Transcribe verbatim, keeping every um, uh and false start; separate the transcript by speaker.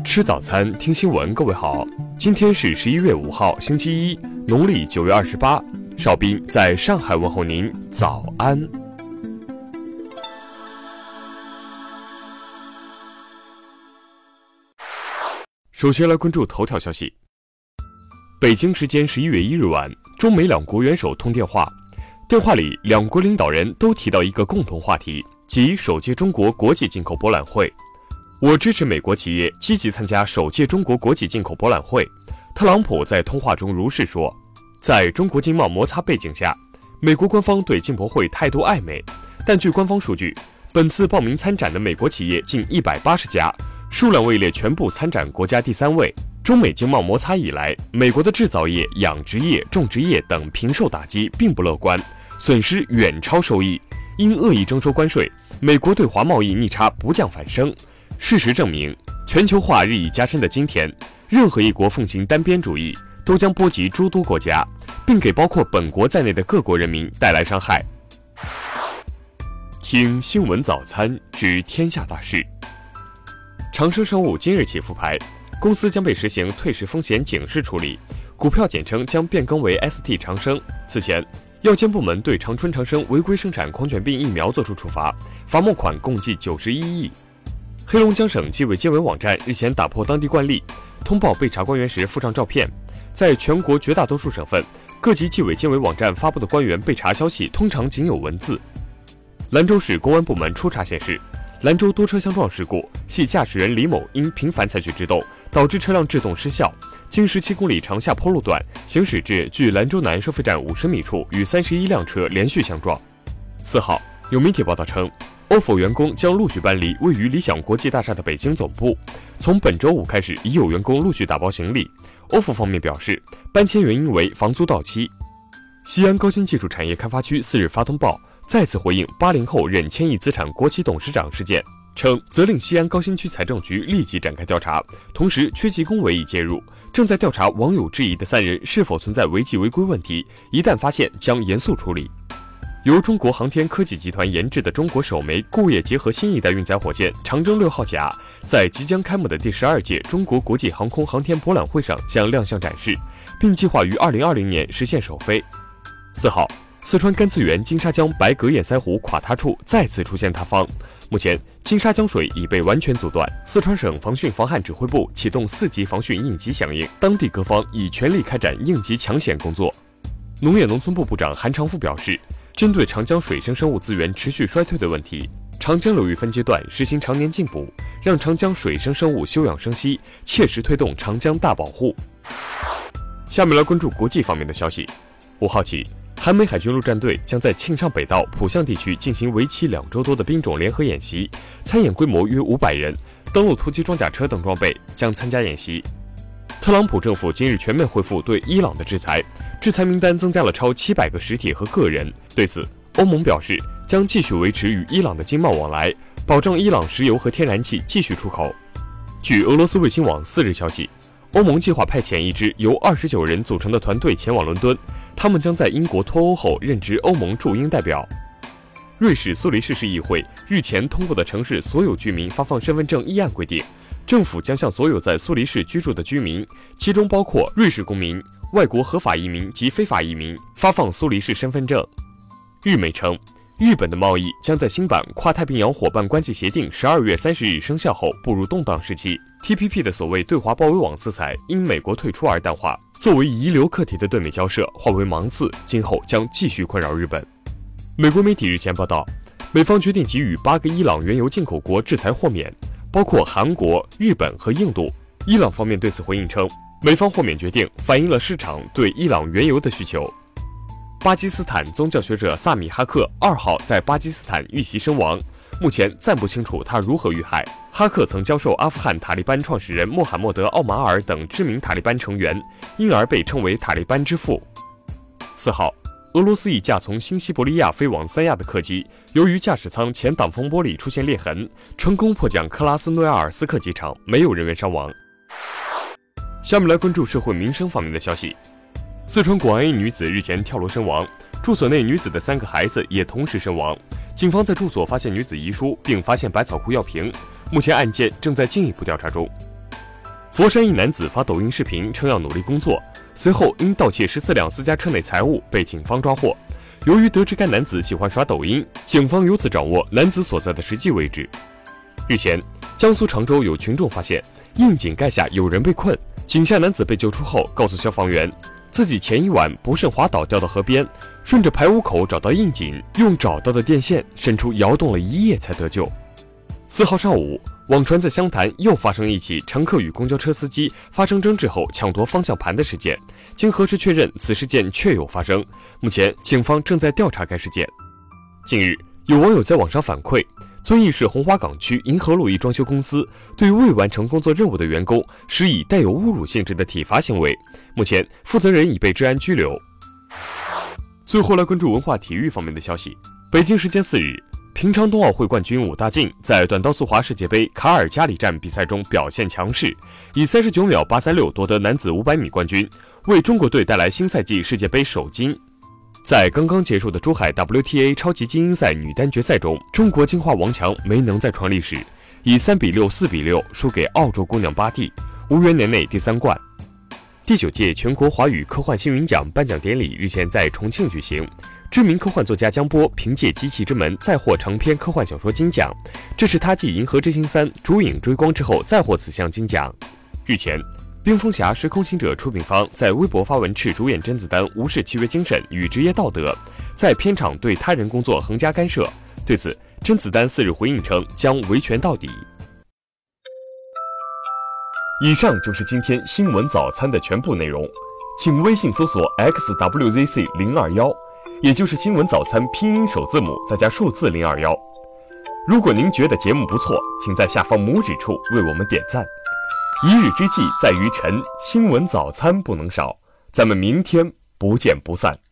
Speaker 1: 吃早餐，听新闻。各位好，今天是十一月五号，星期一，农历九月二十八。邵斌在上海问候您早安。首先来关注头条消息。北京时间十一月一日晚，中美两国元首通电话，电话里两国领导人都提到一个共同话题，即首届中国国际进口博览会。我支持美国企业积极参加首届中国国际进口博览会。特朗普在通话中如是说。在中国经贸摩擦背景下，美国官方对进博会态度暧昧，但据官方数据，本次报名参展的美国企业近一百八十家，数量位列全部参展国家第三位。中美经贸摩擦以来，美国的制造业、养殖业、种植业等平受打击，并不乐观，损失远超收益。因恶意征收关税，美国对华贸易逆差不降反升。事实证明，全球化日益加深的今天，任何一国奉行单边主义，都将波及诸多国家，并给包括本国在内的各国人民带来伤害。听新闻早餐知天下大事。长生生物今日起复牌，公司将被实行退市风险警示处理，股票简称将变更为 S T 长生。此前，药监部门对长春长生违规生产狂犬病疫苗作出处罚，罚没款共计九十一亿。黑龙江省纪委监委网站日前打破当地惯例，通报被查官员时附上照片。在全国绝大多数省份，各级纪委监委网站发布的官员被查消息通常仅有文字。兰州市公安部门初查显示，兰州多车相撞事故系驾驶人李某因频繁采取制动，导致车辆制动失效，经十七公里长下坡路段行驶至距兰州南收费站五十米处，与三十一辆车连续相撞。四号，有媒体报道称，O F O 员工将陆续搬离位于理想国际大厦的北京总部，从本周五开始，已有员工陆续打包行李。O F O 方面表示，搬迁原因为房租到期。西安高新技术产业开发区四日发通报，再次回应八零后任千亿资产国企董事长事件，称责令西安高新区财政局立即展开调查，同时缺技工委已介入，正在调查网友质疑的三人是否存在违纪违规问题，一旦发现将严肃处理。由中国航天科技集团研制的中国首枚固液结合新一代运载火箭长征六号甲，在即将开幕的第十二届中国国际航空航天博览会上将亮相展示，并计划于二零二零年实现首飞。四号，四川甘孜源金沙江白格堰塞湖垮塌处再次出现塌方，目前金沙江水已被完全阻断。四川省防汛防旱指挥部启动四级防汛应急响应，当地各方已全力开展应急抢险工作。农业农村部部长韩长赋表示，针对长江水生生物资源持续衰退的问题，长江流域分阶段实行常年禁捕，让长江水生生物休养生息，切实推动长江大保护。下面来关注国际方面的消息。五号起，韩美海军陆战队将在庆尚北道浦项地区进行为期两周多的兵种联合演习，参演规模约五百人，登陆突击装甲车等装备将参加演习。特朗普政府今日全面恢复对伊朗的制裁，制裁名单增加了超七百个实体和个人。对此，欧盟表示将继续维持与伊朗的经贸往来，保障伊朗石油和天然气继续出口。据俄罗斯卫星网四日消息，欧盟计划派遣一支由二十九人组成的团队前往伦敦，他们将在英国脱欧后任职欧盟驻英代表。瑞士苏黎世市议会日前通过的城市所有居民发放身份证议案规定，政府将向所有在苏黎世居住的居民，其中包括瑞士公民、外国合法移民及非法移民，发放苏黎世身份证。日媒称，日本的贸易将在新版跨太平洋伙伴关系协定十二月三十日生效后步入动荡时期。T P P 的所谓对华包围网色彩因美国退出而淡化，作为遗留课题的对美交涉化为盲刺，今后将继续困扰日本。美国媒体日前报道，美方决定给予八个伊朗原油进口国制裁豁免，包括韩国、日本和印度。伊朗方面对此回应称，美方豁免决定反映了市场对伊朗原油的需求。巴基斯坦宗教学者萨米哈克二号在巴基斯坦遇袭身亡，目前暂不清楚他如何遇害。哈克曾教授阿富汗塔利班创始人穆罕默德·奥马尔等知名塔利班成员，因而被称为塔利班之父。四号，俄罗斯一架从新西伯利亚飞往三亚的客机，由于驾驶舱前挡风玻璃出现裂痕，成功迫降克拉斯诺亚尔斯克机场，没有人员伤亡。下面来关注社会民生方面的消息。四川广安一女子日前跳楼身亡，住所内女子的三个孩子也同时身亡。警方在住所发现女子遗书，并发现百草枯药瓶，目前案件正在进一步调查中。 佛山一男子发抖音视频称要努力工作，随后因盗窃十四辆私家车内财物被警方抓获。由于得知该男子喜欢刷抖音，警方由此掌握男子所在的实际位置。日前，江苏常州有群众发现窨井盖下有人被困，井下男子被救出后告诉消防员，自己前一晚不慎滑倒掉到河边，顺着排污口找到窨井，用找到的电线伸出摇动了一夜才得救。四号上午，网传在湘潭又发生一起乘客与公交车司机发生争执后抢夺方向盘的事件，经核实确认，此事件确有发生。目前，警方正在调查该事件。近日，有网友在网上反馈，遵义市红花岗区银河路一装修公司对未完成工作任务的员工施以带有侮辱性质的体罚行为，目前负责人已被治安拘留。最后来关注文化体育方面的消息。北京时间四日，平昌冬奥会冠军武大靖在短道速滑世界杯卡尔加里站比赛中表现强势，以三十九秒八三六夺得男子五百米冠军，为中国队带来新赛季世界杯首金。在刚刚结束的珠海 W T A 超级精英赛女单决赛中，中国金花王强没能再创历史，以三比六、四比六输给澳洲姑娘巴蒂，无缘年内第三冠。第九届全国华语科幻星云奖颁奖典礼日前在重庆举行。知名科幻作家江波凭借《机器之门》再获长篇科幻小说金奖，这是他继《银河之星三》烛影追光之后再获此项金奖。日前，冰封侠时空行者出品方在微博发文斥主演甄子丹无视契约精神与职业道德，在片场对他人工作横加干涉。对此，甄子丹四日回应称将维权到底。以上就是今天新闻早餐的全部内容，请微信搜索 X W Z C 零二一，也就是新闻早餐拼音首字母再加数字零二一。如果您觉得节目不错，请在下方拇指处为我们点赞。一日之计在于晨，新闻早餐不能少，咱们明天不见不散。